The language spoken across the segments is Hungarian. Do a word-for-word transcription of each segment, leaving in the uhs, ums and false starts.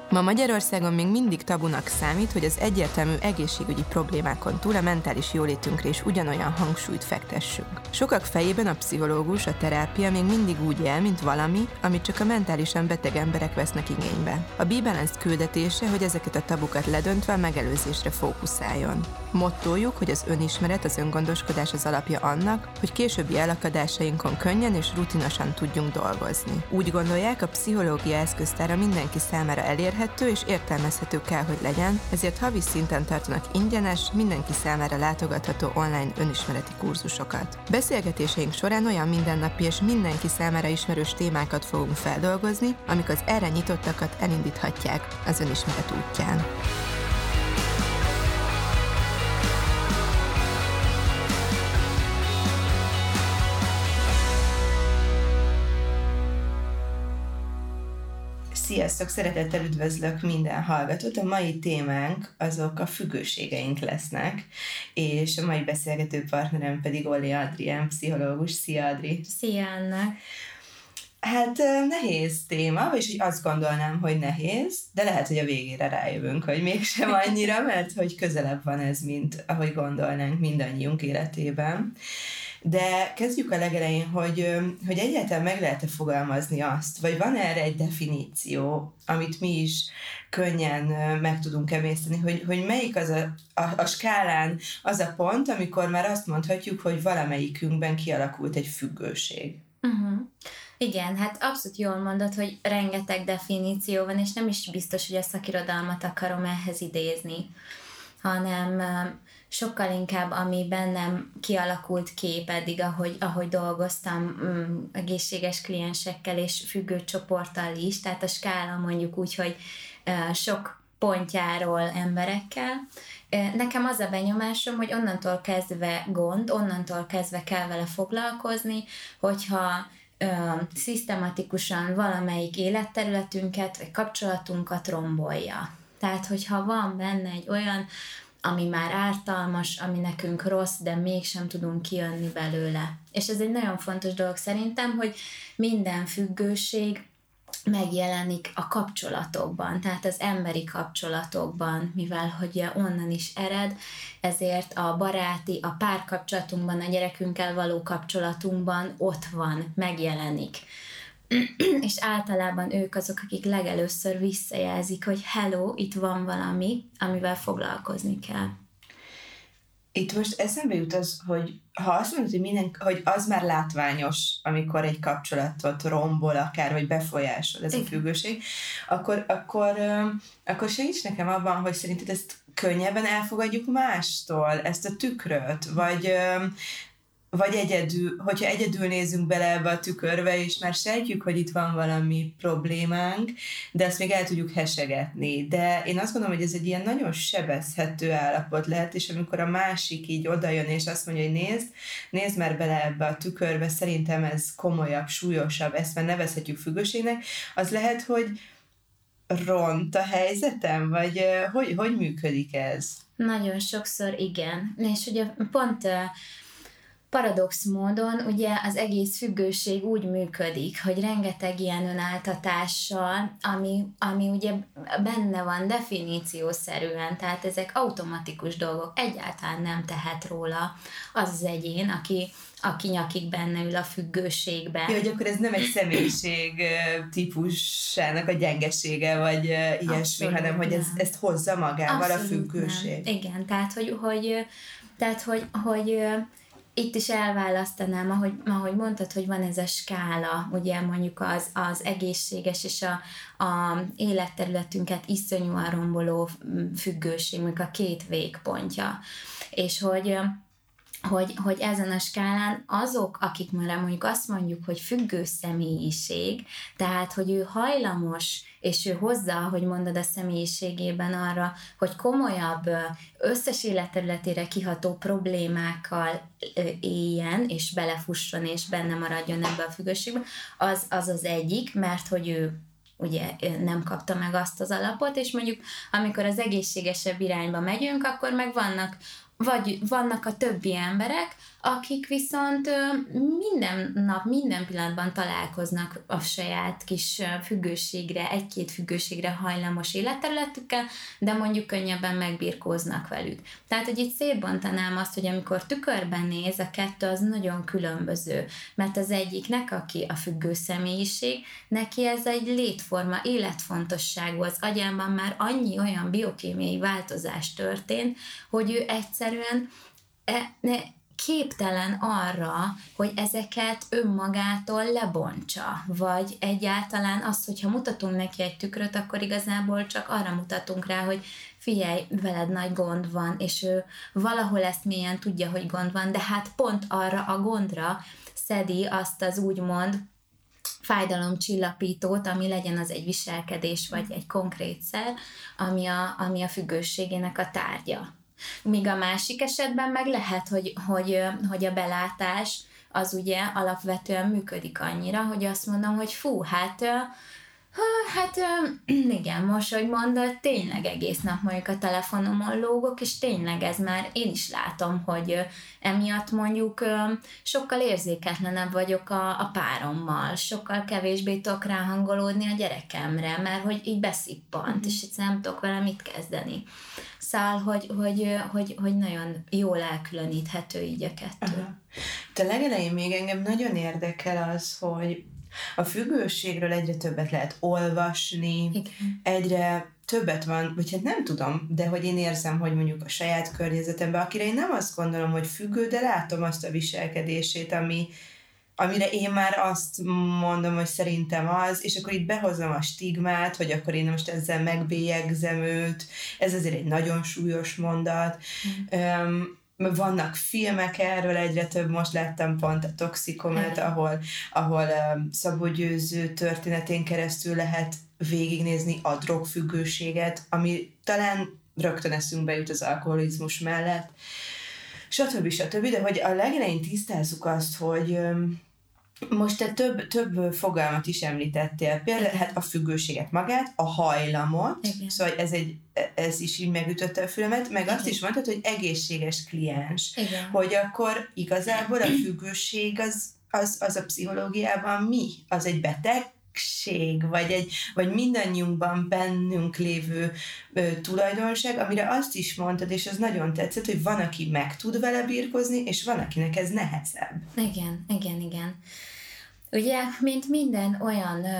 Ma Magyarországon még mindig tabunak számít, hogy az egyértelmű egészségügyi problémákon túl a mentális jólétünkre is ugyanolyan hangsúlyt fektessünk. Sokak fejében a pszichológus, a terápia még mindig úgy él, mint valami, amit csak a mentálisan beteg emberek vesznek igénybe. A Be-Balanced küldetése, hogy ezeket a tabukat ledöntve a megelőzésre fókuszáljon. Mottójuk, hogy az önismeret, az öngondoskodás az alapja annak, hogy későbbi elakadásainkon könnyen és rutinosan tudjunk dolgozni. Úgy gondolják, a pszichológia eszköztára mindenki számára elérhető és értelmezhető kell, hogy legyen, ezért havi szinten tartanak ingyenes, mindenki számára látogatható online önismereti kurzusokat. Beszélgetéseink során olyan mindennapi és mindenki számára ismerős témákat fogunk feldolgozni, amik az erre nyitottakat elindíthatják az önismeret útján. Sziasztok! Szeretettel üdvözlök minden hallgatót! A mai témánk azok a függőségeink lesznek, és a mai beszélgető partnerem pedig Olli Adrián, pszichológus. Szia, Adri! Szia, Anna! Hát nehéz téma, és így azt gondolnám, hogy nehéz, de lehet, hogy a végére rájövünk, hogy mégsem annyira, mert hogy közelebb van ez, mint ahogy gondolnánk mindannyiunk életében. De kezdjük a legelején, hogy, hogy egyáltalán meg lehet-e fogalmazni azt, vagy van erre egy definíció, amit mi is könnyen meg tudunk emészteni, hogy, hogy melyik az a, a, a skálán az a pont, amikor már azt mondhatjuk, hogy valamelyikünkben kialakult egy függőség. Uh-huh. Igen, hát abszolút jól mondod, hogy rengeteg definíció van, és nem is biztos, hogy a szakirodalmat akarom ehhez idézni, hanem sokkal inkább, ami bennem kialakult kép eddig, ahogy, ahogy dolgoztam um, egészséges kliensekkel és függő csoporttal is, tehát a skála mondjuk úgy, hogy uh, sok pontjáról emberekkel. Uh, nekem az a benyomásom, hogy onnantól kezdve gond, onnantól kezdve kell vele foglalkozni, hogyha uh, szisztematikusan valamelyik életterületünket vagy kapcsolatunkat rombolja. Tehát, hogyha van benne egy olyan, ami már ártalmas, ami nekünk rossz, de mégsem tudunk kijönni belőle. És ez egy nagyon fontos dolog szerintem, hogy minden függőség megjelenik a kapcsolatokban, tehát az emberi kapcsolatokban, mivel hogy onnan is ered, ezért a baráti, a párkapcsolatunkban, a gyerekünkkel való kapcsolatunkban ott van, megjelenik. És általában ők azok, akik legelőször visszajelzik, hogy hello, itt van valami, amivel foglalkozni kell. Itt most eszembe jut az, hogy ha azt mondod, hogy, minden, hogy az már látványos, amikor egy kapcsolatot rombol akár, vagy befolyásol ez a függőség, akkor, akkor, akkor segíts nekem abban, hogy szerinted ezt könnyebben elfogadjuk mástól, ezt a tükröt, vagy... Vagy egyedül, hogyha egyedül nézünk bele ebbe a tükörbe, és már sejtjük, hogy itt van valami problémánk, de ezt még el tudjuk hesegetni. De én azt gondolom, hogy ez egy ilyen nagyon sebezhető állapot lehet, és amikor a másik így odajön, és azt mondja, hogy nézd, nézd már bele ebbe a tükörbe, szerintem ez komolyabb, súlyosabb, ezt már nevezhetjük függőségnek, az lehet, hogy ront a helyzetem, vagy hogy, hogy működik ez? Nagyon sokszor igen. És ugye pont... paradox módon ugye az egész függőség úgy működik, hogy rengeteg ilyen önáltatással, ami, ami ugye benne van definíciószerűen, tehát ezek automatikus dolgok, egyáltalán nem tehet róla az az egyén, aki, aki nyakig benne ül a függőségben. Jó, hogy akkor ez nem egy személyiség típusának a gyengesége, vagy ilyesmi, abszolút hanem hogy ez, ezt hozza magával abszolút a függőség. Nem. Igen, tehát hogy, hogy, tehát, hogy, hogy itt is elválasztanám, ahogy, ahogy mondtad, hogy van ez a skála, ugye mondjuk az, az egészséges és a, a életterületünket iszonyúan romboló függőség, mondjuk a két végpontja. És hogy, hogy, hogy ezen a skálán azok, akik már mondjuk azt mondjuk, hogy függő személyiség, tehát hogy ő hajlamos, és ő hozza, ahogy mondod, a személyiségében arra, hogy komolyabb, összes életterületére kiható problémákkal éljen, és belefusson, és benne maradjon ebbe a függőségbe, az az, az egyik, mert hogy ő ugye nem kapta meg azt az alapot, és mondjuk amikor az egészségesebb irányba megyünk, akkor meg vannak vagy vannak a többi emberek, akik viszont minden nap, minden pillanatban találkoznak a saját kis függőségre, egy-két függőségre hajlamos életterületükkel, de mondjuk könnyebben megbirkóznak velük. Tehát, hogy itt szétbontanám azt, hogy amikor tükörben néz, a kettő az nagyon különböző, mert az egyiknek, aki a függő személyiség, neki ez egy létforma, életfontosságú, az agyában már annyi olyan biokémiai változás történt, hogy ő egyszerűen e, ne, képtelen arra, hogy ezeket önmagától lebontsa, vagy egyáltalán az, hogyha mutatunk neki egy tükröt, akkor igazából csak arra mutatunk rá, hogy figyelj, veled nagy gond van, és ő valahol ezt mélyen tudja, hogy gond van, de hát pont arra a gondra szedi azt az úgymond fájdalomcsillapítót, ami legyen az egy viselkedés, vagy egy konkrét szer, ami a, ami a függőségének a tárgya. Míg a másik esetben meg lehet, hogy, hogy, hogy a belátás az ugye alapvetően működik annyira, hogy azt mondom, hogy fú, hát hát igen, most, hogy mondod, tényleg egész nap mondjuk a telefonomon lógok, és tényleg ez már én is látom, hogy emiatt mondjuk sokkal érzéketlenebb vagyok a, a párommal, sokkal kevésbé tudok ráhangolódni a gyerekemre, mert hogy így beszippant, mm-hmm. és egyszerűen nem tudok vele mit kezdeni. Szóval, hogy, hogy, hogy, hogy nagyon jól elkülöníthető így a kettő. Aha. De legelején még engem nagyon érdekel az, hogy a függőségről egyre többet lehet olvasni, igen. egyre többet van, vagy hát nem tudom, de hogy én érzem, hogy mondjuk a saját környezetemben, akire én nem azt gondolom, hogy függő, de látom azt a viselkedését, ami, amire én már azt mondom, hogy szerintem az, és akkor itt behozom a stigmát, hogy akkor én most ezzel megbélyegzem őt, ez azért egy nagyon súlyos mondat. Mm. Um, Vannak filmek erről, egyre több, most láttam pont a Toxikomet, ahol, ahol um, Szabó Győző történetén keresztül lehet végignézni a drogfüggőséget, ami talán rögtön eszünkbe jut az alkoholizmus mellett, stb. stb. De hogy a legelején tisztázzuk azt, hogy um, most te több, több fogalmat is említettél, például hát a függőséget magát, a hajlamot, igen. Szóval ez, egy, ez is így megütötte a fülemet, meg igen. Azt is mondtad, hogy egészséges kliens, igen. Hogy akkor igazából a függőség az, az, az a pszichológiában mi? Az egy betegség, vagy, egy, vagy mindannyiunkban bennünk lévő ö, tulajdonság, amire azt is mondtad, és az nagyon tetszett, hogy van, aki meg tud vele birkozni, és van, akinek ez nehezebb. Igen, igen, igen. Ugye, mint minden olyan ö,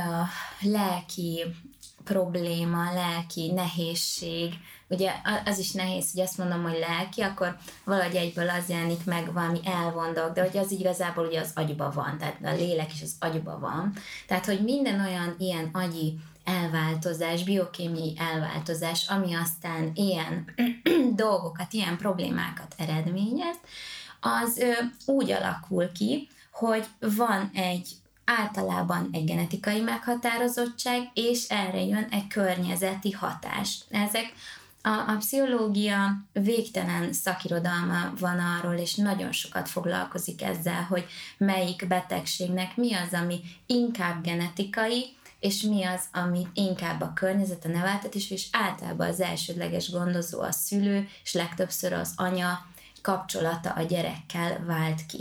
lelki probléma, lelki nehézség, ugye az is nehéz, hogy azt mondom, hogy lelki, akkor valahogy egyből az jelenik meg valami elvont dolog, de hogy az igazából ugye az agyba van, tehát a lélek is az agyba van. Tehát, hogy minden olyan ilyen agyi elváltozás, biokémiai elváltozás, ami aztán ilyen dolgokat, ilyen problémákat eredményez, az ö, úgy alakul ki, hogy van egy általában egy genetikai meghatározottság, és erre jön egy környezeti hatás. Ezek a, a pszichológia végtelen szakirodalma van arról, és nagyon sokat foglalkozik ezzel, hogy melyik betegségnek mi az, ami inkább genetikai, és mi az, ami inkább a környezet, a neveltetés, és általában az elsődleges gondozó a szülő, és legtöbbször az anya kapcsolata a gyerekkel vált ki.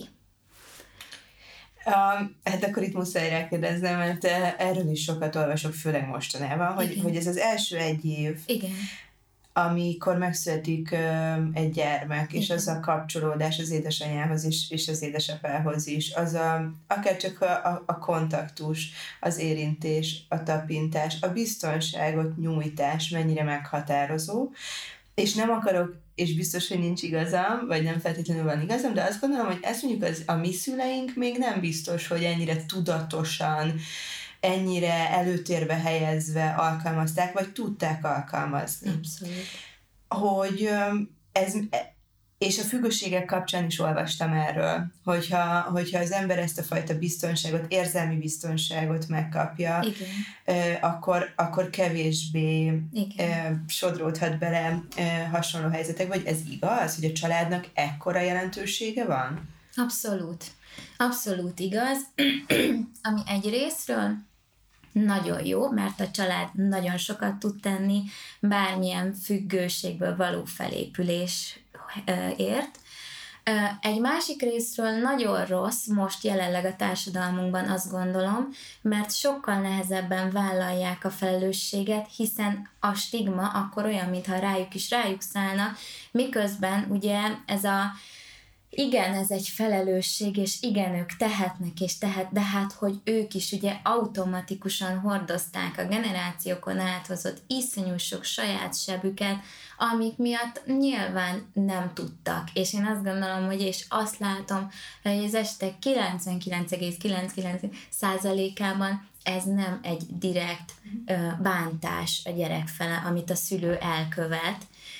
Um, hát akkor itt muszáj rákérdeznem, mert erről is sokat olvasok, főleg mostanában, hogy, hogy ez az első egy év, igen. amikor megszületik um, egy gyermek, igen. És az a kapcsolódás az édesanyához is, és az édesapához is, az a, akár csak a, a, a kontaktus, az érintés, a tapintás, a biztonságot nyújtás mennyire meghatározó, és nem akarok, és biztos, hogy nincs igazam, vagy nem feltétlenül van igazam, de azt gondolom, hogy ezt mondjuk az, a mi szüleink még nem biztos, hogy ennyire tudatosan, ennyire előtérbe helyezve alkalmazták, vagy tudták alkalmazni. Abszolút. Hogy ez, és a függőségek kapcsán is olvastam erről, hogyha, hogyha az ember ezt a fajta biztonságot, érzelmi biztonságot megkapja, igen. Akkor, akkor kevésbé igen. sodródhat bele hasonló helyzetek, vagy ez igaz, hogy a családnak ekkora jelentősége van? Abszolút. Abszolút igaz. Ami egy részről nagyon jó, mert a család nagyon sokat tud tenni bármilyen függőségből való felépülésért. Egy másik részről nagyon rossz most jelenleg a társadalmunkban, azt gondolom, mert sokkal nehezebben vállalják a felelősséget, hiszen a stigma akkor olyan, mintha rájuk is rájuk szállna, miközben ugye ez a igen, ez egy felelősség, és igen, ők tehetnek, és tehet, de hát, hogy ők is ugye automatikusan hordozták a generációkon áthozott iszonyú sok saját sebüket, amik miatt nyilván nem tudtak. És én azt gondolom, hogy és azt látom, hogy az esetek kilencvenkilenc egész kilencvenkilenc százalékában ez nem egy direkt ö, bántás a gyerek fele, amit a szülő elkövet.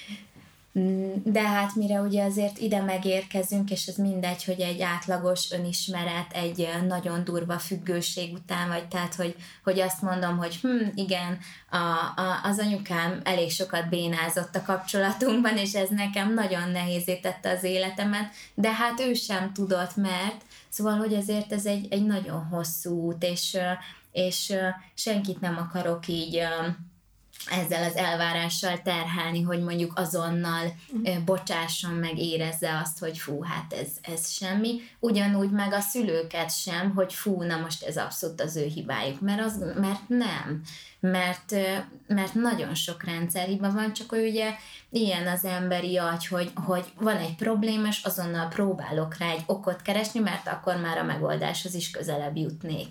De hát mire ugye azért ide megérkezünk, és ez mindegy, hogy egy átlagos önismeret, egy nagyon durva függőség után, vagy tehát, hogy, hogy azt mondom, hogy hm, igen, a, a, az anyukám elég sokat bénázott a kapcsolatunkban, és ez nekem nagyon nehézé tette az életemet, de hát ő sem tudott, mert szóval, hogy ezért ez egy, egy nagyon hosszú út, és, és senkit nem akarok így ezzel az elvárással terhelni, hogy mondjuk azonnal mm. bocsásson meg, érezze azt, hogy fú, hát ez, ez semmi. Ugyanúgy meg a szülőket sem, hogy fú, na most ez abszolút az ő hibájuk, mert, az, mert nem. Mert, mert nagyon sok rendszerhiba van, csak hogy ugye ilyen az emberi agy, hogy, hogy van egy probléma, és azonnal próbálok rá egy okot keresni, mert akkor már a megoldáshoz is közelebb jutnék.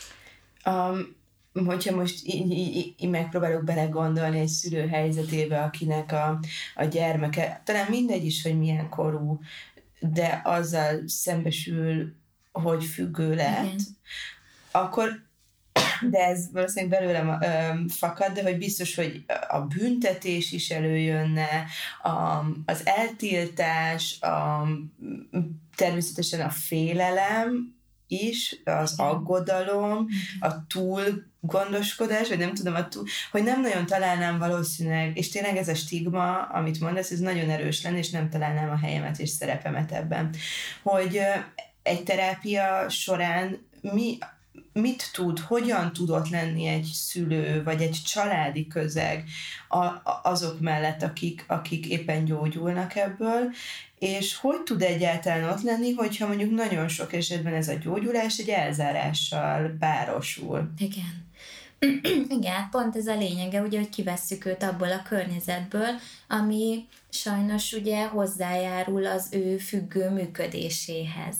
Um. Hogyha most így, így, így megpróbálok belegondolni egy szülő helyzetébe, akinek a, a gyermeke, talán mindegy is, hogy milyen korú, de azzal szembesül, hogy függő lett, igen. Akkor, de ez valószínűleg belőlem ö, fakad, de hogy biztos, hogy a büntetés is előjönne, a, az eltiltás, a, természetesen a félelem is, az aggodalom, a túl gondoskodás, vagy nem tudom, a túl, hogy nem nagyon találnám valószínűleg, és tényleg ez a stigma, amit mondasz, ez nagyon erős lenne, és nem találnám a helyemet és szerepemet ebben. Hogy egy terápia során mi, mit tud, hogyan tudott lenni egy szülő, vagy egy családi közeg azok mellett, akik, akik éppen gyógyulnak ebből, és hogy tud egyáltalán ott lenni, hogyha mondjuk nagyon sok esetben ez a gyógyulás egy elzárással párosul. Igen. Igen, pont ez a lényege, ugye, hogy kivesszük őt abból a környezetből, ami sajnos ugye hozzájárul az ő függő működéséhez.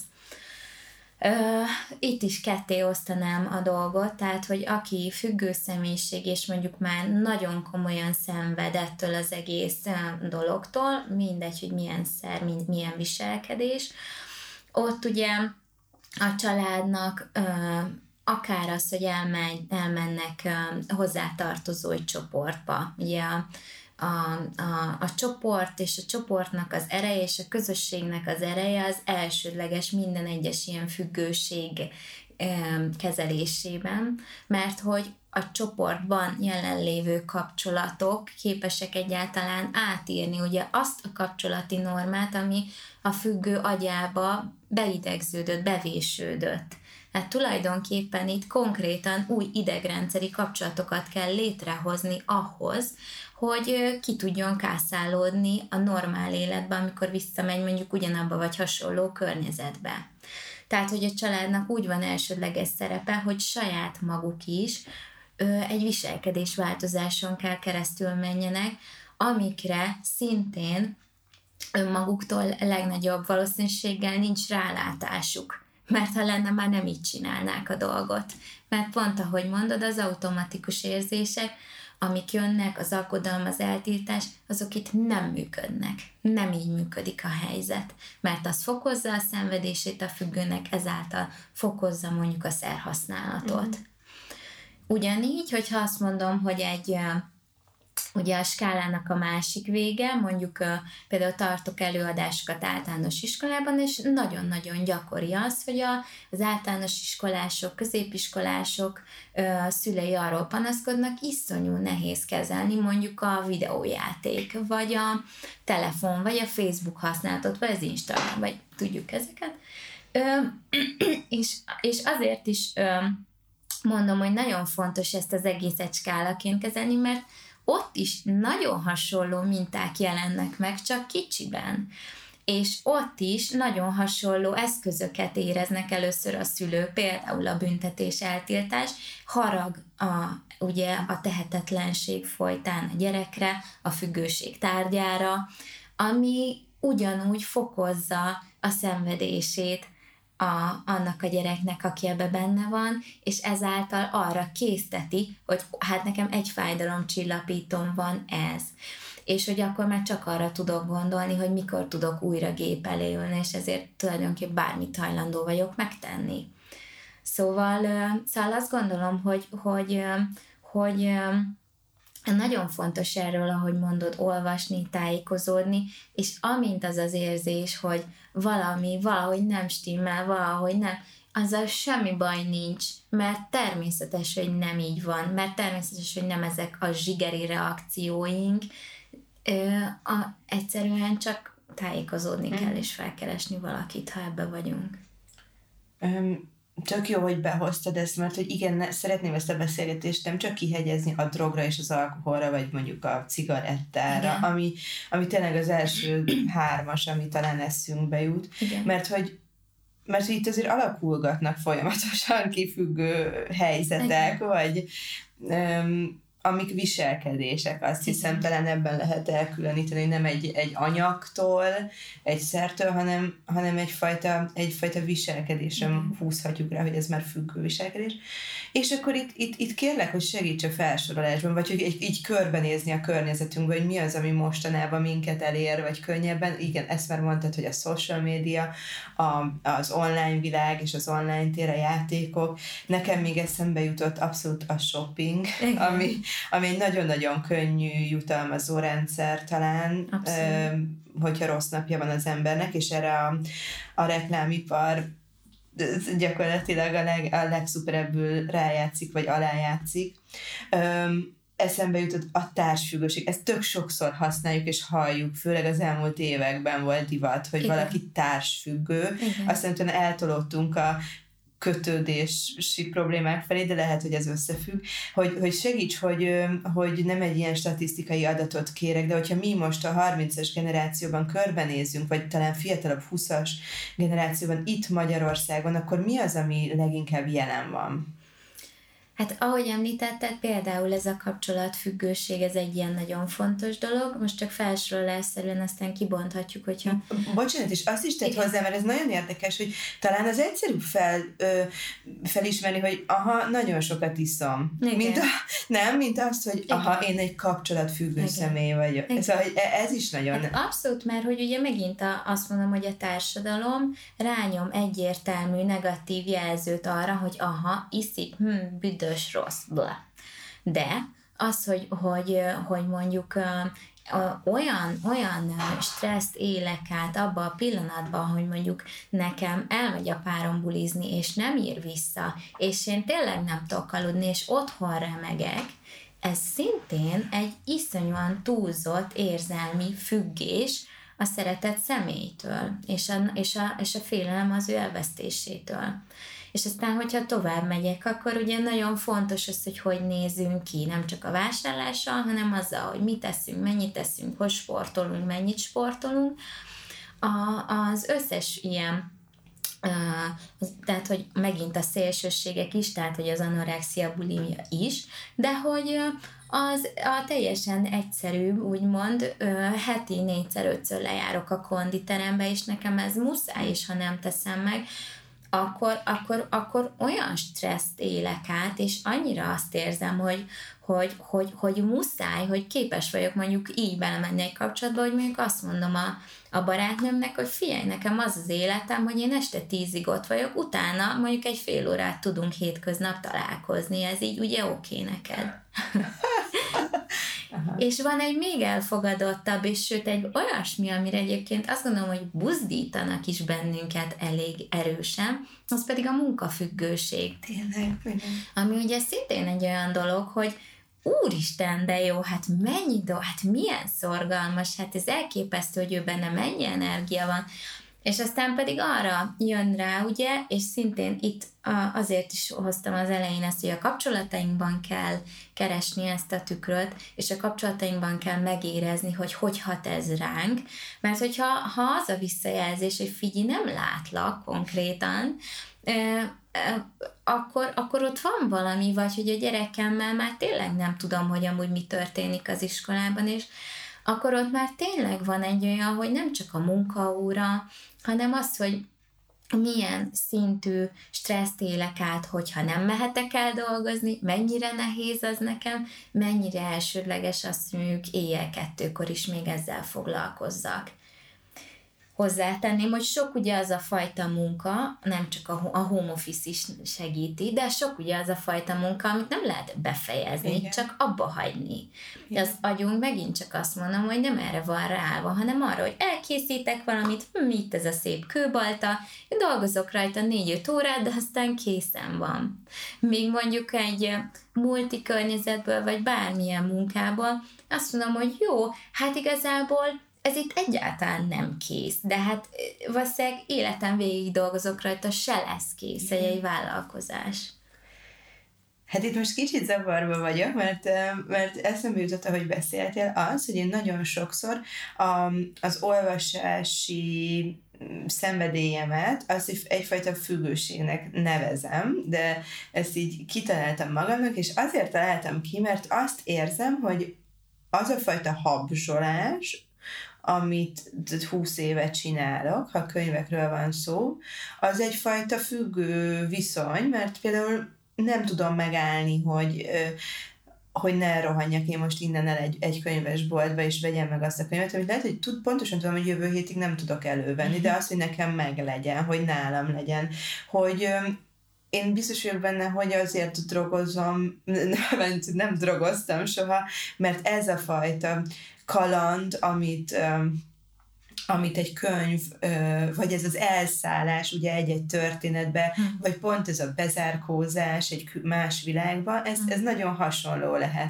Uh, itt is ketté osztanám a dolgot, tehát, hogy aki függő személyiség, és mondjuk már nagyon komolyan szenved ettől az egész uh, dologtól, mindegy, hogy milyen szer, mind, milyen viselkedés, ott ugye a családnak uh, akár az, hogy elmegy, elmennek uh, hozzátartozó egy csoportba, ugye a A, a, a csoport és a csoportnak az ereje és a közösségnek az ereje az elsődleges minden egyes ilyen függőség e, kezelésében, mert hogy a csoportban jelenlévő kapcsolatok képesek egyáltalán átírni ugye azt a kapcsolati normát, ami a függő agyába beidegződött, bevésődött. Hát tulajdonképpen itt konkrétan új idegrendszeri kapcsolatokat kell létrehozni ahhoz, hogy ki tudjon kászálódni a normál életbe, amikor visszamegy mondjuk ugyanabba vagy hasonló környezetbe. Tehát, hogy a családnak úgy van elsődleges szerepe, hogy saját maguk is ö, egy viselkedésváltozáson kell keresztül menjenek, amikre szintén önmaguktól legnagyobb valószínűséggel nincs rálátásuk. Mert ha lenne, már nem így csinálnák a dolgot. Mert pont ahogy mondod, az automatikus érzések, amik jönnek, az aggodalom, az eltiltás, azok itt nem működnek. Nem így működik a helyzet. Mert az fokozza a szenvedését a függőnek, ezáltal fokozza mondjuk a szerhasználatot. Mm. Ugyanígy, hogyha azt mondom, hogy egy... Ugye a skálának a másik vége, mondjuk uh, például tartok előadásokat általános iskolában, és nagyon-nagyon gyakori az, hogy a, az általános iskolások, középiskolások uh, szülei arról panaszkodnak, iszonyú nehéz kezelni mondjuk a videójáték, vagy a telefon, vagy a Facebook használatot, vagy az Instagram, vagy tudjuk ezeket. Uh, és, és azért is uh, mondom, hogy nagyon fontos ezt az egészet skálaként kezelni, mert ott is nagyon hasonló minták jelennek meg, csak kicsiben. és ott is nagyon hasonló eszközöket éreznek először a szülők, például a büntetés, eltiltás, harag a, ugye a tehetetlenség folytán a gyerekre, a függőség tárgyára, ami ugyanúgy fokozza a szenvedését a, annak a gyereknek, aki ebbe benne van, és ezáltal arra készteti, hogy hát nekem egy fájdalomcsillapítom van ez. És hogy akkor már csak arra tudok gondolni, hogy mikor tudok újra gép elé ülni, és ezért tulajdonképpen bármit hajlandó vagyok megtenni. Szóval, szóval azt gondolom, hogy, hogy, hogy nagyon fontos erről, ahogy mondod, olvasni, tájékozódni, és amint az az érzés, hogy valami, valahogy nem stimmel, valahogy nem, azzal semmi baj nincs, mert természetes, hogy nem így van, mert természetes, hogy nem ezek a zsigeri reakcióink, a, egyszerűen csak tájékozódni hmm. kell, és felkeresni valakit, ha ebbe vagyunk. Um. Tök jó, hogy behoztad ezt, mert hogy igen, ne, szeretném ezt a beszélgetést nem csak kihegyezni a drogra és az alkoholra, vagy mondjuk a cigarettára, ami, ami tényleg az első hármas, ami talán eszünkbe jut, igen. mert hogy mert itt azért alakulgatnak folyamatosan kifüggő helyzetek, igen. vagy um, amik viselkedések, azt hiszem, talán ebben lehet elkülöníteni, hogy nem egy, egy anyagtól, egy szertől, hanem, hanem egyfajta, egyfajta viselkedésre mm. húzhatjuk rá, hogy ez már függő viselkedés. És akkor itt, itt, itt kérlek, hogy segíts a felsorolásban, vagy hogy így, így körbenézni a környezetünkben, hogy mi az, ami mostanában minket elér, vagy könnyebben. Igen, ezt már mondtad, hogy a social media, a, az online világ és az online tér, a játékok. Nekem még eszembe jutott abszolút a shopping, igen. ami ami egy nagyon-nagyon könnyű jutalmazó rendszer talán, ö, hogyha rossz napja van az embernek, és erre a, a reklámipar gyakorlatilag a, leg, a legszuperebbül rájátszik, vagy alájátszik. Ö, eszembe jutott a társfüggőség. Ezt tök sokszor használjuk és halljuk, főleg az elmúlt években volt divat, hogy igen. valaki társfüggő. Igen. Aztán utána eltolódtunk a kötődési problémák felé, de lehet, hogy ez összefügg, hogy, hogy segíts, hogy, hogy nem egy ilyen statisztikai adatot kérek, de hogyha mi most a harmincas generációban körbenézünk, vagy talán fiatalabb húszas generációban itt Magyarországon, akkor mi az, ami leginkább jelen van? Hát ahogy említetted, például ez a kapcsolatfüggőség, ez egy ilyen nagyon fontos dolog, most csak felsorolásszerűen aztán kibonthatjuk, hogyha... Bocsánat, és azt is tett hozzá, mert ez nagyon érdekes, hogy talán az egyszerűbb fel, ö, felismerni, hogy aha, nagyon sokat iszom. Mint a, nem, mint azt, hogy igen. aha, én egy kapcsolatfüggő igen. személy vagyok. Ez, ez is nagyon... Hát abszolút, mert hogy ugye megint a, azt mondom, hogy a társadalom rányom egyértelmű negatív jelzőt arra, hogy aha, iszik, hm, büdös, rossz, bla. De az, hogy, hogy, hogy mondjuk olyan, olyan stresszt élek át abba a pillanatban, hogy mondjuk nekem elmegy a párom bulizni, és nem ír vissza, és én tényleg nem tudok aludni, és otthon remegek, ez szintén egy iszonyúan túlzott érzelmi függés a szeretett személytől, és a, és a, és a félelem az ő elvesztésétől. És aztán, hogyha tovább megyek, akkor ugye nagyon fontos az, hogy hogy nézünk ki, nem csak a vásárlással, hanem azzal, hogy mit teszünk, mennyit teszünk, hogy sportolunk, mennyit sportolunk. A, az összes ilyen, uh, tehát, hogy megint a szélsőségek is, tehát, hogy az anorexia, bulimia is, de hogy az a teljesen egyszerű, úgymond, uh, heti négyszer-ötször lejárok a konditerembe, és nekem ez muszáj, és ha nem teszem meg, Akkor, akkor, akkor olyan stresszt élek át, és annyira azt érzem, hogy, hogy, hogy, hogy muszáj, hogy képes vagyok mondjuk így belemenni egy kapcsolatba, hogy mondjuk azt mondom a, a barátnőmnek, hogy figyelj, nekem az az életem, hogy én este tízig ott vagyok, utána mondjuk egy fél órát tudunk hétköznap találkozni, ez így ugye oké neked. Aha. És van egy még elfogadottabb, és sőt egy olyasmi, amire egyébként azt gondolom, hogy buzdítanak is bennünket elég erősen, az pedig a munkafüggőség. Tényleg. Ami ugye szintén egy olyan dolog, hogy úristen, de jó, hát mennyi do, hát milyen szorgalmas, hát ez elképesztő, hogy ő benne mennyi energia van, És aztán pedig arra jön rá, ugye, és szintén itt azért is hoztam az elején ezt, hogy a kapcsolatainkban kell keresni ezt a tükröt, és a kapcsolatainkban kell megérezni, hogy hogy hat ez ránk, mert hogyha ha az a visszajelzés, hogy figyelj, nem látlak konkrétan, akkor, akkor ott van valami, vagy hogy a gyerekemmel már tényleg nem tudom, hogy amúgy mi történik az iskolában, és akkor ott már tényleg van egy olyan, hogy nem csak a munkaóra, hanem az, hogy milyen szintű stresszt élek át, hogyha nem mehetek el dolgozni, mennyire nehéz az nekem, mennyire elsődleges azt, hogy mondjuk éjjel kettőkor is még ezzel foglalkozzak. Hozzátenném, hogy sok ugye az a fajta munka, nem csak a, a home office is segíti, de sok ugye az a fajta munka, amit nem lehet befejezni, igen, csak abba hagyni. De az agyunk megint csak azt mondom, hogy nem erre van ráállva, hanem arra, hogy elkészítek valamit, hm, itt ez a szép kőbalta, én dolgozok rajta négy-öt órát, de aztán készen van. Még mondjuk egy multi környezetből, vagy bármilyen munkából, azt mondom, hogy jó, hát igazából ez itt egyáltalán nem kész, de hát valószínűleg életem végig dolgozok rajta, se lesz kész egy, egy vállalkozás. Hát itt most kicsit zavarba vagyok, mert, mert eszembe jutott, ahogy beszéltél, az, hogy én nagyon sokszor az olvasási szenvedélyemet, azt egyfajta függőségnek nevezem, de ezt így kitaláltam magamnak, és azért találtam ki, mert azt érzem, hogy az a fajta habzsolás, amit húsz évet csinálok, ha könyvekről van szó, az egyfajta függő viszony, mert például nem tudom megállni, hogy, hogy ne rohanjak én most innen el egy, egy könyvesboltba, és vegyem meg azt a könyvet, amit lehet, hogy tud, pontosan tudom, hogy jövő hétig nem tudok elővenni, de az, hogy nekem meg legyen, hogy nálam legyen, hogy én biztos vagyok benne, hogy azért drogozom, nem, nem drogoztam soha, mert ez a fajta kaland, amit, amit egy könyv, vagy ez az elszállás ugye egy-egy történetbe, hmm. vagy pont ez a bezárkózás egy más világba, ez, ez nagyon hasonló lehet.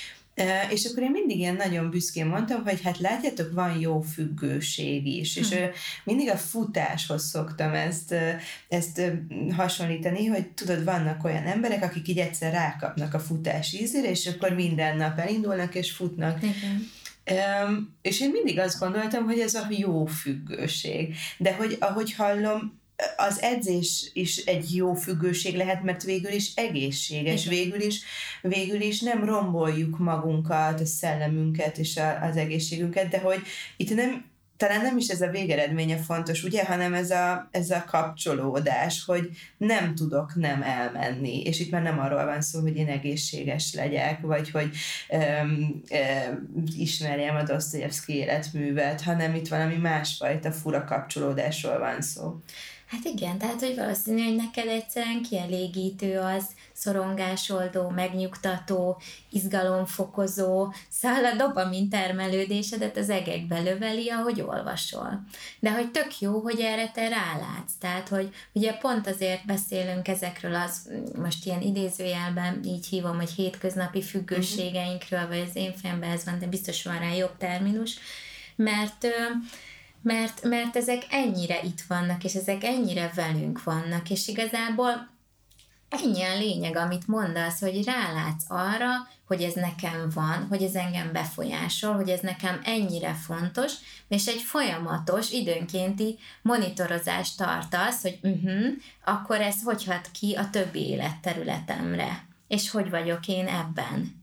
És akkor én mindig ilyen nagyon büszkén mondtam, hogy hát látjátok, van jó függőség is, hmm. és mindig a futáshoz szoktam ezt, ezt hasonlítani, hogy tudod, vannak olyan emberek, akik így egyszer rákapnak a futás ízére, és akkor minden nap elindulnak és futnak. Igen. Um, és én mindig azt gondoltam, hogy ez a jó függőség. De hogy ahogy hallom, az edzés is egy jó függőség lehet, mert végül is egészséges, végül is, végül is nem romboljuk magunkat, a szellemünket és a, az egészségünket, de hogy itt nem, talán nem is ez a végeredménye fontos, ugye, hanem ez a, ez a kapcsolódás, hogy nem tudok nem elmenni, és itt már nem arról van szó, hogy én egészséges legyek, vagy hogy um, um, ismerjem a Dostoyevsky életművet, hanem itt valami másfajta fura kapcsolódásról van szó. Hát igen, tehát, hogy valószínű, hogy neked egyszerűen kielégítő az, szorongásoldó, megnyugtató, izgalomfokozó, száll a dopamin termelődésedet az egekbe löveli, ahogy olvasol. De hogy tök jó, hogy erre te rálátsz. Tehát, hogy ugye pont azért beszélünk ezekről az, most ilyen idézőjelben így hívom, hogy hétköznapi függőségeinkről, vagy az én fejemben ez van, de biztos van rá jobb terminus, mert Mert, mert ezek ennyire itt vannak, és ezek ennyire velünk vannak, és igazából ennyi a lényeg, amit mondasz, hogy rálátsz arra, hogy ez nekem van, hogy ez engem befolyásol, hogy ez nekem ennyire fontos, és egy folyamatos, időnkénti monitorozást tartasz, hogy uh-huh, akkor ez hogy hat ki a többi életterületemre, és hogy vagyok én ebben?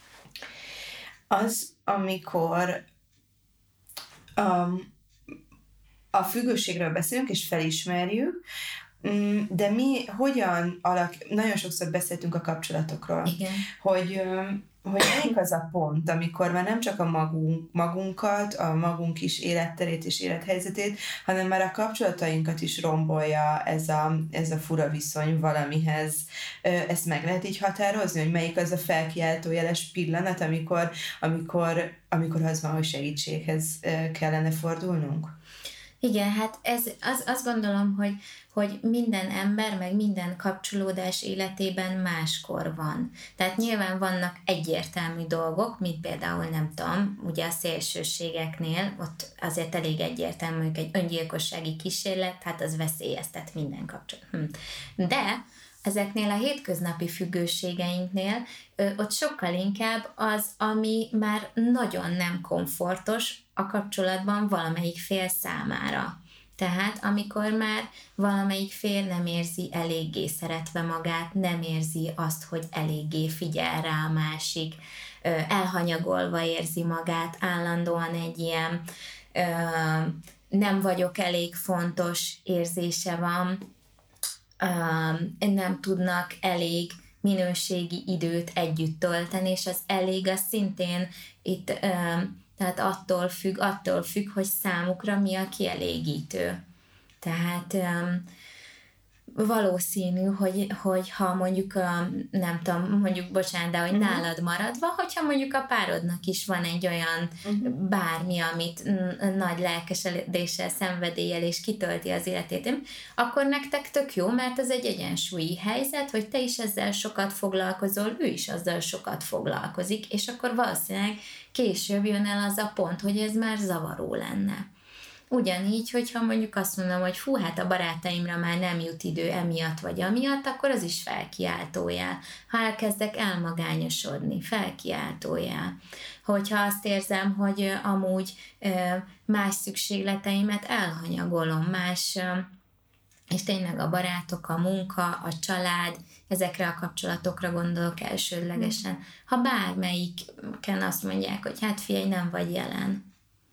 Az, amikor um, a függőségről beszélünk, és felismerjük, de mi hogyan alak... Nagyon sokszor beszéltünk a kapcsolatokról. Igen. Hogy, hogy melyik az a pont, amikor már nem csak a magunk, magunkat, a magunk is életterét és élethelyzetét, hanem már a kapcsolatainkat is rombolja ez a, ez a fura viszony valamihez. Ezt meg lehet így határozni, hogy melyik az a felkiáltójeles pillanat, amikor, amikor, amikor az van, hogy segítséghez kellene fordulnunk? Igen, hát ez, az, azt gondolom, hogy, hogy minden ember, meg minden kapcsolódás életében máskor van. Tehát nyilván vannak egyértelmű dolgok, mint például nem tudom, ugye a szélsőségeknél, ott azért elég egyértelmű, hogy egy öngyilkossági kísérlet, hát az veszélyeztet minden kapcsolat. Hm. De ezeknél a hétköznapi függőségeinknél ö, ott sokkal inkább az, ami már nagyon nem komfortos a kapcsolatban valamelyik fél számára. Tehát amikor már valamelyik fél nem érzi eléggé szeretve magát, nem érzi azt, hogy eléggé figyel rá a másik, ö, elhanyagolva érzi magát, állandóan egy ilyen ö, nem vagyok elég fontos érzése van, Um, nem tudnak elég minőségi időt együtt tölteni, és az elég az szintén itt, um, tehát attól függ, attól függ, hogy számukra mi a kielégítő. Tehát um, valószínű, hogy, hogy ha mondjuk, a, nem tudom, mondjuk, bocsánat, de hogy uh-huh. nálad maradva, hogyha mondjuk a párodnak is van egy olyan uh-huh. bármi, amit n- nagy lelkesedéssel, szenvedéllyel és kitölti az életét, akkor nektek tök jó, mert ez egy egyensúlyi helyzet, hogy te is ezzel sokat foglalkozol, ő is azzal sokat foglalkozik, és akkor valószínűleg később jön el az a pont, hogy ez már zavaró lenne. Ugyanígy, hogyha mondjuk azt mondom, hogy fú, hát a barátaimra már nem jut idő emiatt vagy amiatt, akkor az is felkiáltójel. Ha elkezdek elmagányosodni, felkiáltójel. Hogyha azt érzem, hogy amúgy más szükségleteimet elhanyagolom, más, és tényleg a barátok, a munka, a család, ezekre a kapcsolatokra gondolok elsődlegesen. Ha bármelyiken azt mondják, hogy hát figyelj, nem vagy jelen.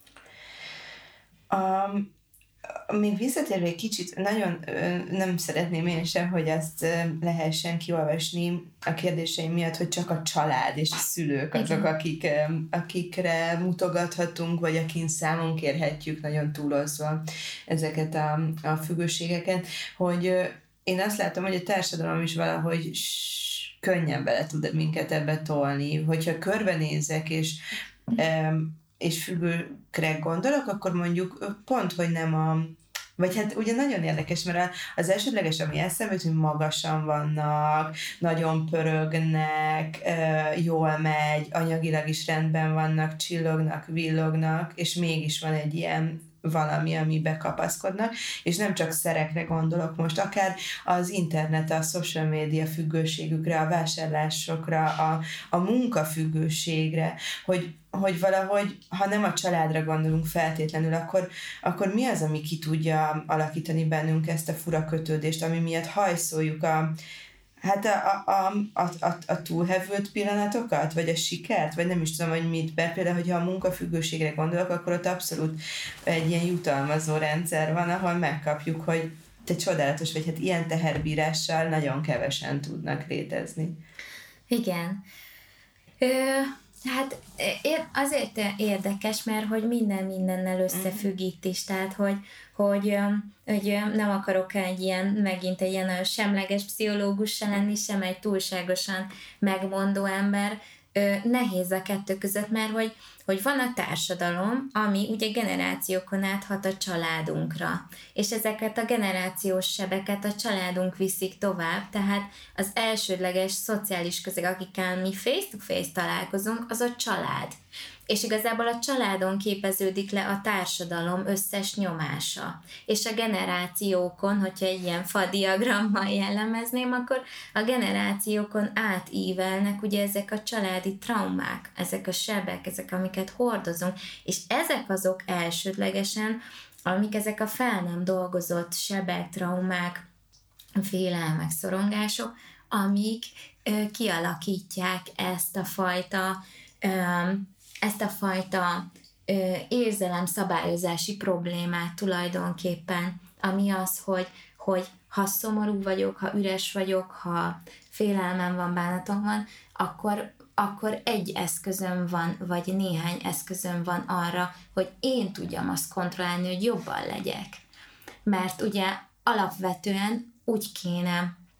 Um, még visszatérve egy kicsit, nagyon ö, nem szeretném én sem, hogy azt ö, lehessen kiolvasni a kérdéseim miatt, hogy csak a család és a szülők azok, akik, ö, akikre mutogathatunk, vagy akin számon kérhetjük nagyon túlozva ezeket a, a függőségeket, hogy ö, én azt látom, hogy a társadalom is valahogy s- könnyen bele tud minket ebbe tolni, hogyha körbenézek, és ö, és függőkre gondolok, akkor mondjuk pont, hogy nem a... Vagy hát ugye nagyon érdekes, mert az elsődleges, ami eszembe jut, hogy magasan vannak, nagyon pörögnek, jól megy, anyagilag is rendben vannak, csillognak, villognak, és mégis van egy ilyen valami, amibe kapaszkodnak, és nem csak szerekre gondolok most, akár az internet, a social media függőségükre, a vásárlásokra, a, a munkafüggőségre, hogy, hogy valahogy, ha nem a családra gondolunk feltétlenül, akkor, akkor mi az, ami ki tudja alakítani bennünk ezt a fura kötődést, ami miatt hajszoljuk a Hát a, a, a, a, a túlhevült pillanatokat, vagy a sikert, vagy nem is tudom, hogy mit be. Például, hogyha a munkafüggőségre gondolok, akkor ott abszolút egy ilyen jutalmazó rendszer van, ahol megkapjuk, hogy te csodálatos vagy, hát ilyen teherbírással nagyon kevesen tudnak létezni. Igen. Ö, hát azért érdekes, mert hogy minden mindennel összefügg itt is, tehát hogy, hogy, hogy nem akarok egy ilyen, megint egy ilyen semleges pszichológus se lenni, sem egy túlságosan megmondó ember. Nehéz a kettő között, mert hogy, hogy van a társadalom, ami ugye generációkon át hat a családunkra, és ezeket a generációs sebeket a családunk viszik tovább, tehát az elsődleges szociális közeg, akikkel mi face-to-face találkozunk, az a család. És igazából a családon képeződik le a társadalom összes nyomása. És a generációkon, hogyha egy ilyen fadiagrammal jellemezném, akkor a generációkon átívelnek ugye ezek a családi traumák, ezek a sebek, ezek, amiket hordozunk, és ezek azok elsődlegesen, amik ezek a fel nem dolgozott sebek, traumák, félelmek, szorongások, amik ö, kialakítják ezt a fajta ö, ezt a fajta ö, érzelemszabályozási problémát tulajdonképpen, ami az, hogy, hogy ha szomorú vagyok, ha üres vagyok, ha félelmem van, bánatom van, akkor, akkor egy eszközöm van, vagy néhány eszközöm van arra, hogy én tudjam azt kontrollálni, hogy jobban legyek. Mert ugye alapvetően úgy kéne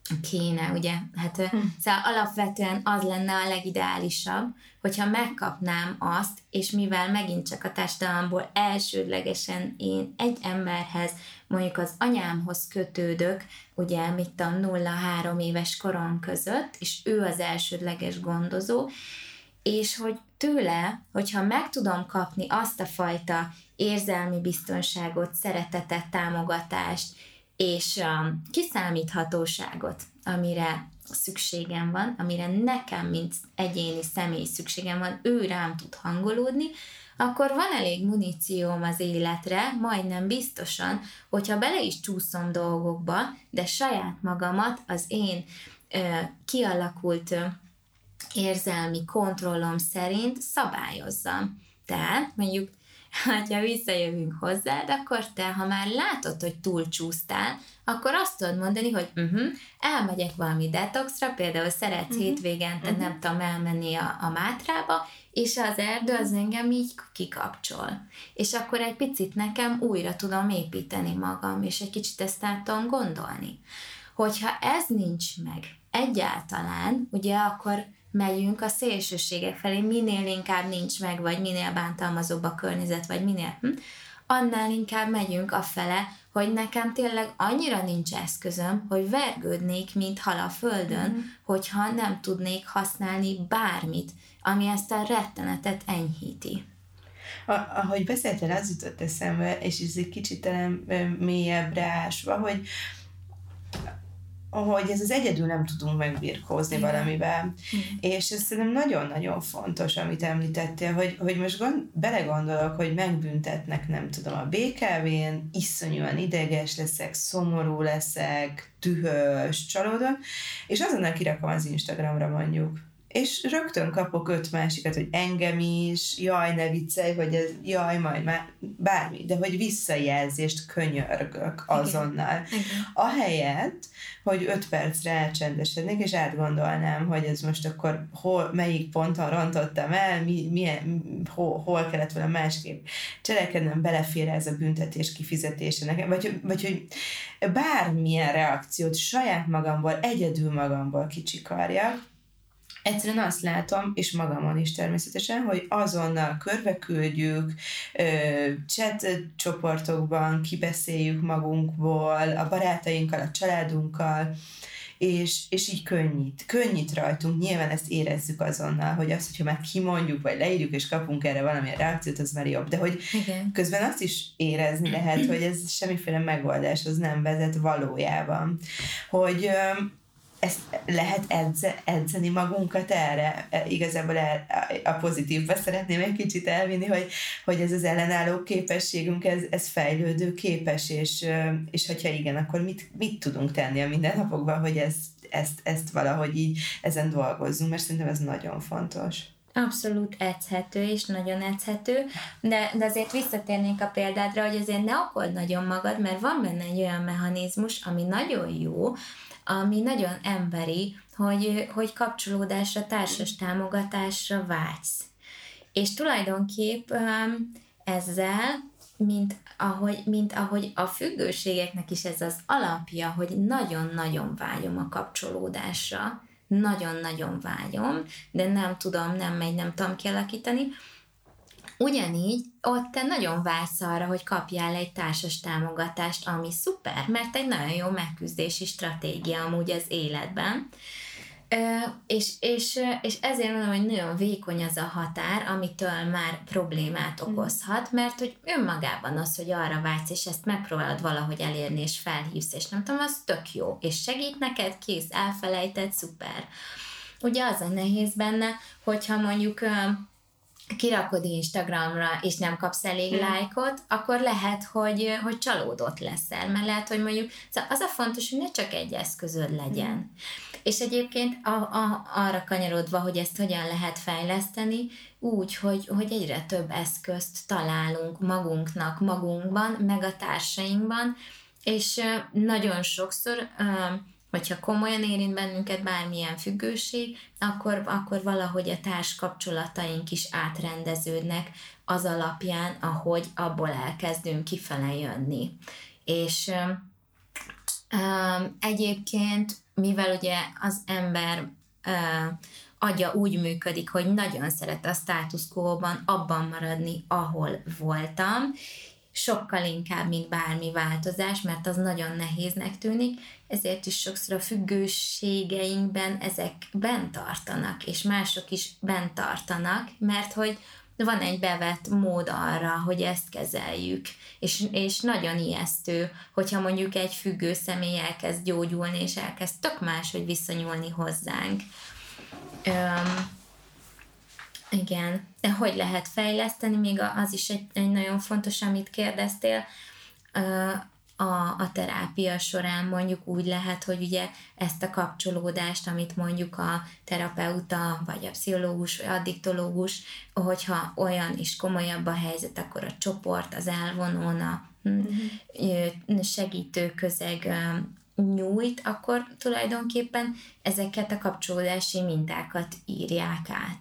kéne, ugye? Hát hm. szóval alapvetően az lenne a legideálisabb, hogyha megkapnám azt, és mivel megint csak a társadalomból elsődlegesen én egy emberhez, mondjuk az anyámhoz kötődök, ugye, mit tudom, nulla-három éves korom között, és ő az elsődleges gondozó, és hogy tőle, hogyha meg tudom kapni azt a fajta érzelmi biztonságot, szeretetet, támogatást, és a kiszámíthatóságot, amire szükségem van, amire nekem, mint egyéni személy szükségem van, ő rám tud hangolódni, akkor van elég munícióm az életre, majdnem biztosan, hogyha bele is csúszom dolgokba, de saját magamat, az én ö, kialakult ö, érzelmi kontrollom szerint szabályozzam. Tehát mondjuk, ha visszajövünk hozzád, akkor te, ha már látod, hogy túlcsúsztál, akkor azt tudod mondani, hogy uh-huh, elmegyek valami detoxra, például szeretsz uh-huh. hétvégente, uh-huh. nem tudom, elmenni a, a Mátrába, és az erdő az engem így kikapcsol. És akkor egy picit nekem újra tudom építeni magam, és egy kicsit ezt át tudom gondolni. Hogyha ez nincs meg egyáltalán, ugye akkor megyünk a szélsőségek felé, minél inkább nincs meg, vagy minél bántalmazóbb a környezet, vagy minél, hm, annál inkább megyünk afele, hogy nekem tényleg annyira nincs eszközöm, hogy vergődnék, mint hal a földön, mm. hogyha nem tudnék használni bármit, ami ezt a rettenetet enyhíti. Ahogy beszéltél, az jutott eszembe, és ez egy kicsit talán mélyebbre ásva, hogy hogy ez az egyedül nem tudunk megbirkózni igen. valamivel. Igen. És ez szerintem nagyon-nagyon fontos, amit említettél, hogy, hogy most gond, belegondolok, hogy megbüntetnek, nem tudom, a bé ká vén, iszonyúan ideges leszek, szomorú leszek, dühös, csalódott, és azonnal kirakom az Instagramra mondjuk. És rögtön kapok öt másikat, hogy engem is, jaj, ne viccelj, hogy ez, jaj, majd már bármi, de hogy visszajelzést könyörgök azonnal. Igen. Ahelyett, hogy öt percre elcsendesednék, és átgondolnám, hogy ez most akkor hol, melyik ponton rontottam el, mi, milyen, hol, hol kellett volna másképp cselekednem, belefér ez a büntetés kifizetése nekem, vagy, vagy hogy bármilyen reakciót saját magamból, egyedül magamból kicsikarjak. Egyszerűen azt látom, és magamon is természetesen, hogy azonnal körbeküldjük, chat csoportokban kibeszéljük magunkból, a barátainkkal, a családunkkal, és, és így könnyít. Könnyít rajtunk, nyilván ezt érezzük azonnal, hogy azt, hogyha már kimondjuk, vagy leírjuk, és kapunk erre valamilyen reakciót, az már jobb. De hogy igen. közben azt is érezni lehet, hogy ez semmiféle megoldáshoz nem vezet valójában. Hogy... ezt lehet edze, edzeni magunkat erre, igazából el, a pozitívba szeretném egy kicsit elvinni, hogy, hogy ez az ellenálló képességünk, ez, ez fejlődő képes, és, és hogyha igen, akkor mit, mit tudunk tenni a mindennapokban, hogy ez, ezt, ezt valahogy így ezen dolgozzunk, mert szerintem ez nagyon fontos. Abszolút edzhető, és nagyon edzhető, de, de azért visszatérnék a példádra, hogy azért ne akold nagyon magad, mert van benne egy olyan mechanizmus, ami nagyon jó, ami nagyon emberi, hogy, hogy kapcsolódásra, társas támogatásra vágysz. És tulajdonképp ezzel, mint ahogy, mint ahogy a függőségeknek is ez az alapja, hogy nagyon-nagyon vágyom a kapcsolódásra, nagyon-nagyon vágyom, de nem tudom, nem megy, nem tudom kialakítani. Ugyanígy ott te nagyon vágysz arra, hogy kapjál egy társas támogatást, ami szuper, mert egy nagyon jó megküzdési stratégia amúgy az életben. Ö, és, és, és ezért mondom, hogy nagyon vékony az a határ, amitől már problémát okozhat, mert hogy önmagában az, hogy arra vágysz, és ezt megpróbálod valahogy elérni, és felhívsz, és nem tudom, az tök jó, és segít neked, kész, elfelejted, szuper. Ugye az a nehéz benne, hogyha mondjuk kirakod Instagramra, és nem kapsz elég hmm. lájkot, akkor lehet, hogy, hogy csalódott leszel, mert lehet, hogy mondjuk, szóval az a fontos, hogy ne csak egy eszközöd legyen. Hmm. És egyébként a, a, arra kanyarodva, hogy ezt hogyan lehet fejleszteni, úgy, hogy, hogy egyre több eszközt találunk magunknak, magunkban, meg a társainkban, és nagyon sokszor hogyha komolyan érint bennünket bármilyen függőség, akkor, akkor valahogy a társkapcsolataink is átrendeződnek az alapján, ahogy abból elkezdünk kifele jönni. És Um, egyébként, mivel ugye az ember uh, agya úgy működik, hogy nagyon szeret a status quo-ban abban maradni, ahol voltam, sokkal inkább, mint bármi változás, mert az nagyon nehéznek tűnik, ezért is sokszor a függőségeinkben ezek bent tartanak, és mások is bent tartanak, mert hogy van egy bevett mód arra, hogy ezt kezeljük, és, és nagyon ijesztő, hogyha mondjuk egy függő személy elkezd gyógyulni, és elkezd tök máshogy viszonyulni hozzánk. Öm, igen, de hogy lehet fejleszteni, még az is egy, egy nagyon fontos, amit kérdeztél, a, a terápia során mondjuk úgy lehet, hogy ugye ezt a kapcsolódást, amit mondjuk a terapeuta, vagy a pszichológus, vagy addiktológus, hogyha olyan is komolyabb a helyzet, akkor a csoport, az elvonóna, mm-hmm. segítő közeg nyújt, akkor tulajdonképpen ezeket a kapcsolódási mintákat írják át.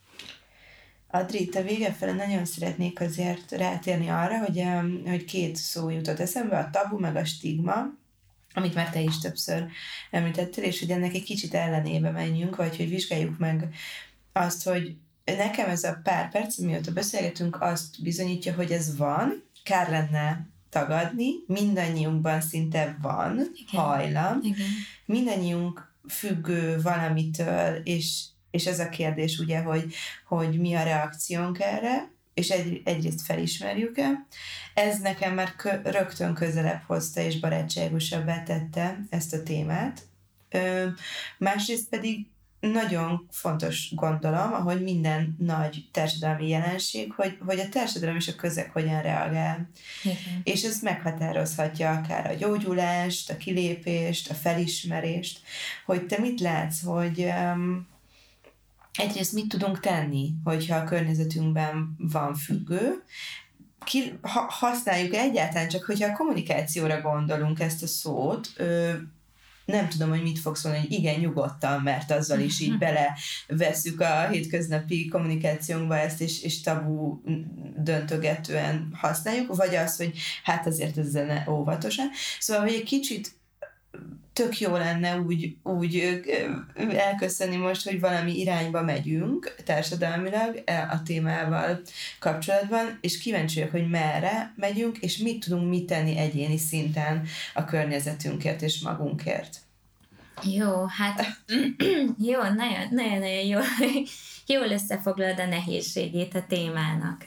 Adri, te vége fele nagyon szeretnék azért rátérni arra, hogy, hogy két szó jutott eszembe, a tabu meg a stigma, amit már te is többször említettél, és hogy ennek egy kicsit ellenébe menjünk, vagy hogy vizsgáljuk meg azt, hogy nekem ez a pár perc, mióta beszélgetünk, azt bizonyítja, hogy ez van, kár lenne tagadni, mindannyiunkban szinte van Igen. hajlam, Igen. mindannyiunk függő valamitől, és és ez a kérdés ugye, hogy, hogy mi a reakciónk erre, és egy, egyrészt felismerjük-e. Ez nekem már kö, rögtön közelebb hozta, és barátságosabbá tette ezt a témát. Ö, másrészt pedig nagyon fontos, gondolom, ahogy minden nagy társadalmi jelenség, hogy, hogy a társadalom és a közeg hogyan reagál. Igen. És ez meghatározhatja akár a gyógyulást, a kilépést, a felismerést, hogy te mit látsz, hogy... Um, egyrészt mit tudunk tenni, hogyha a környezetünkben van függő, Ki, ha, használjuk egyáltalán, csak hogyha a kommunikációra gondolunk ezt a szót, ö, nem tudom, hogy mit fogsz mondani, hogy igen, nyugodtan, mert azzal is így beleveszük a hétköznapi kommunikációnkba ezt, és, és tabu döntögetően használjuk, vagy az, hogy hát azért ezzel óvatosan. Szóval, hogy egy kicsit tök jó lenne úgy, úgy elköszönni most, hogy valami irányba megyünk társadalmilag a témával kapcsolatban, és kíváncsi vagyok, hogy merre megyünk, és mit tudunk mit tenni egyéni szinten a környezetünkért és magunkért. Jó, hát jó, nagyon, nagyon, nagyon jó, jól összefoglalod a nehézségét a témának.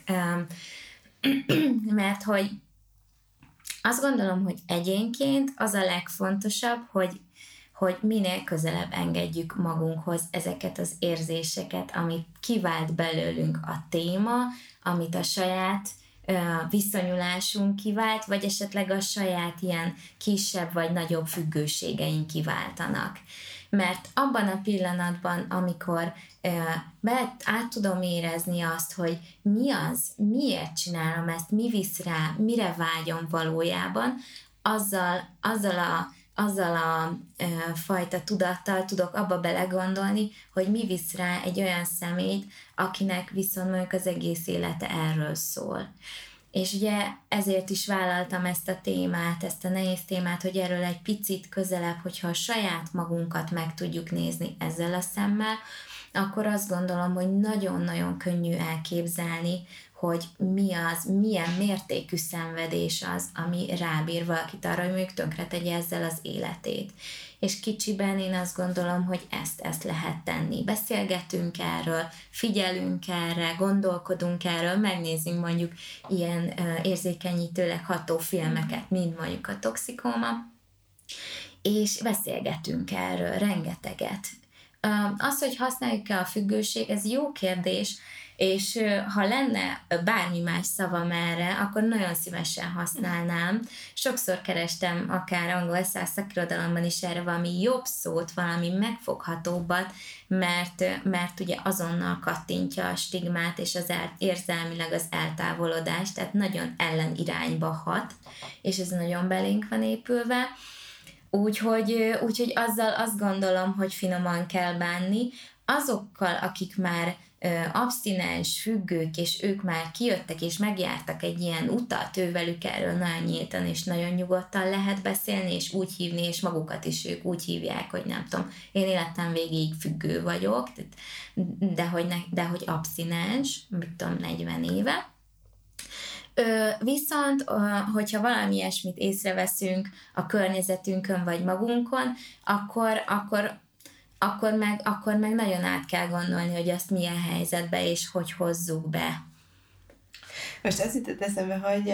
Mert hogy azt gondolom, hogy egyénként az a legfontosabb, hogy, hogy minél közelebb engedjük magunkhoz ezeket az érzéseket, amit kivált belőlünk a téma, amit a saját uh, viszonyulásunk kivált, vagy esetleg a saját ilyen kisebb vagy nagyobb függőségeink kiváltanak. Mert abban a pillanatban, amikor uh, be, át tudom érezni azt, hogy mi az, miért csinálom ezt, mi visz rá, mire vágyom valójában, azzal, azzal a, azzal a uh, fajta tudattal tudok abba belegondolni, hogy mi visz rá egy olyan személyt, akinek viszont mondjuk az egész élete erről szól. És ugye ezért is vállaltam ezt a témát, ezt a nehéz témát, hogy erről egy picit közelebb, hogyha a saját magunkat meg tudjuk nézni ezzel a szemmel, akkor azt gondolom, hogy nagyon-nagyon könnyű elképzelni, hogy mi az, milyen mértékű szenvedés az, ami rábír valakit arra, hogy mondjuk tönkretegye ezzel az életét. És kicsiben én azt gondolom, hogy ezt, ezt lehet tenni. Beszélgetünk erről, figyelünk erre, gondolkodunk erről, megnézzünk mondjuk ilyen uh, érzékenyítőleg ható filmeket, mint mondjuk a Toxikóma, és beszélgetünk erről rengeteget. Uh, az, hogy használjuk-e a függőség, ez jó kérdés, és ha lenne bármi más szavam erre, akkor nagyon szívesen használnám. Sokszor kerestem akár angol száz szakirodalomban is erre valami jobb szót, valami megfoghatóbbat, mert, mert ugye azonnal kattintja a stigmát és az el, érzelmileg az eltávolodást, tehát nagyon ellenirányba hat, és ez nagyon belénk van épülve. Úgyhogy, úgyhogy azzal azt gondolom, hogy finoman kell bánni. Azokkal, akik már abszinens függők, és ők már kijöttek, és megjártak egy ilyen utat, ővelük erről nagyon nyíltan, és nagyon nyugodtan lehet beszélni, és úgy hívni, és magukat is ők úgy hívják, hogy nem tudom, én életem végéig függő vagyok, de hogy, ne, de hogy abszinens, mit tudom, negyven éve. Ö, viszont, hogyha valami ilyesmit észreveszünk a környezetünkön, vagy magunkon, akkor, akkor Akkor meg, akkor meg nagyon át kell gondolni, hogy azt milyen helyzetbe és hogy hozzuk be. Most azt jutott eszembe, hogy,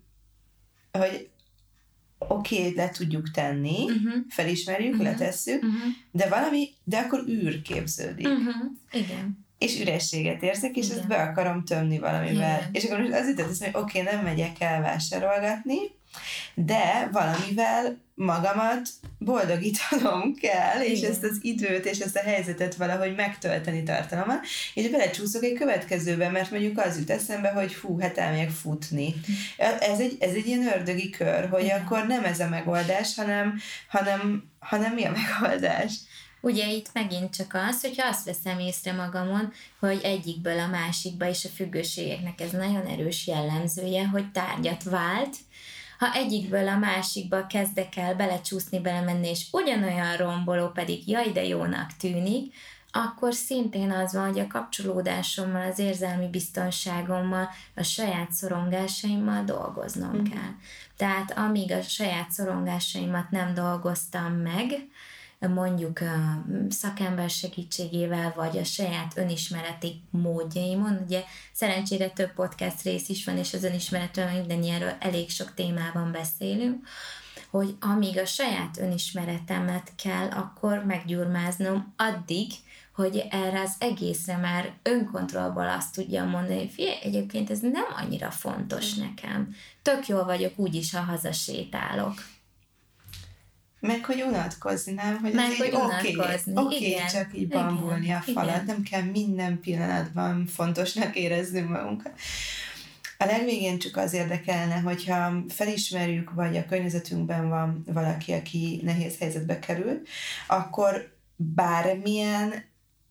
hogy oké, okay, le tudjuk tenni, uh-huh. felismerjük, uh-huh. letesszük, uh-huh. de valami, de akkor űr képződik. Uh-huh. Igen. És ürességet érzek, és igen. ezt be akarom tömni valamivel. Igen. És akkor most az jutott eszembe, hogy oké, okay, nem megyek el vásárolgatni, de valamivel magamat boldogítanom kell, és igen. ezt az időt, és ezt a helyzetet valahogy megtölteni tartalommal, és belecsúszok egy következőbe, mert mondjuk az jut eszembe, hogy fú, hát elmegyek futni. Ez egy, ez egy ilyen ördögi kör, hogy igen. akkor nem ez a megoldás, hanem, hanem, hanem mi a megoldás? Ugye itt megint csak az, hogyha azt veszem észre magamon, hogy egyikből a másikba, és a függőségeknek ez nagyon erős jellemzője, hogy tárgyat vált. Ha egyikből a másikba kezdek el belecsúszni, belemenni, és ugyanolyan romboló, pedig jaj, de jónak tűnik, akkor szintén az van, hogy a kapcsolódásommal, az érzelmi biztonságommal, a saját szorongásaimmal dolgoznom mm. kell. Tehát amíg a saját szorongásaimat nem dolgoztam meg, mondjuk a szakember segítségével, vagy a saját önismereti módjaimon. Ugye szerencsére több podcast rész is van, és az önismeretről mindennyilről elég sok témában beszélünk, hogy amíg a saját önismeretemet kell akkor meggyurmáznom addig, hogy erre az egészre már önkontrollból azt tudjam mondani, hogy figyelj, egyébként ez nem annyira fontos nekem. Tök jól vagyok úgyis, ha hazasétálok. Meg, hogy unatkozni, nem? Hogy Meg, hogy oké, unatkozni. Oké, okay, csak így bambulni igen. a falat. Igen. Nem kell minden pillanatban fontosnak éreznünk magunkat. A legvégén csak az érdekelne, hogyha felismerjük, vagy a környezetünkben van valaki, aki nehéz helyzetbe kerül, akkor bármilyen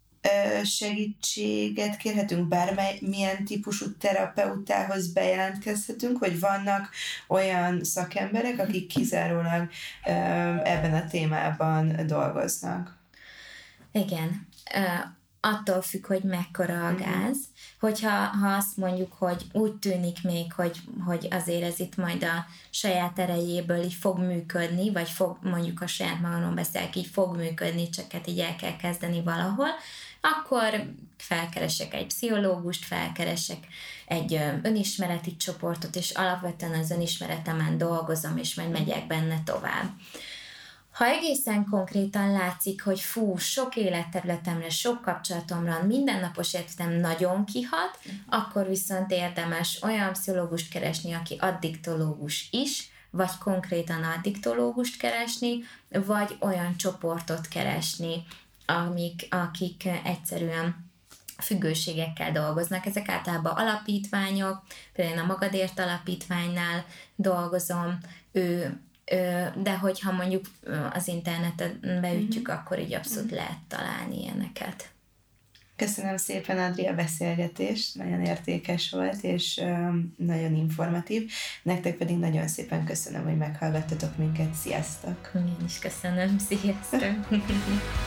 segítséget kérhetünk, bármilyen típusú terapeutához bejelentkezhetünk, hogy vannak olyan szakemberek, akik kizárólag ebben a témában dolgoznak. Igen. Attól függ, hogy mekkora a gáz. Hogyha ha azt mondjuk, hogy úgy tűnik még, hogy, hogy azért ez itt majd a saját erejéből így fog működni, vagy fog, mondjuk a saját magamon beszélek, így fog működni, csak hát így el kell kezdeni valahol, akkor felkeresek egy pszichológust, felkeresek egy önismereti csoportot, és alapvetően az önismeretemen dolgozom, és majd megyek benne tovább. Ha egészen konkrétan látszik, hogy fú, sok életterületemre, sok kapcsolatomra, mindennapos életem nagyon kihat, akkor viszont érdemes olyan pszichológust keresni, aki addiktológus is, vagy konkrétan addiktológust keresni, vagy olyan csoportot keresni, amik, akik egyszerűen függőségekkel dolgoznak. Ezek általában alapítványok, például a Magadért alapítványnál dolgozom, ő de hogyha mondjuk az interneten beütjük, mm-hmm. akkor így abszolút lehet találni ilyeneket. Köszönöm szépen, Adri, a beszélgetést, nagyon értékes volt, és nagyon informatív. Nektek pedig nagyon szépen köszönöm, hogy meghallgattatok minket. Sziasztok! Én is köszönöm, sziasztok!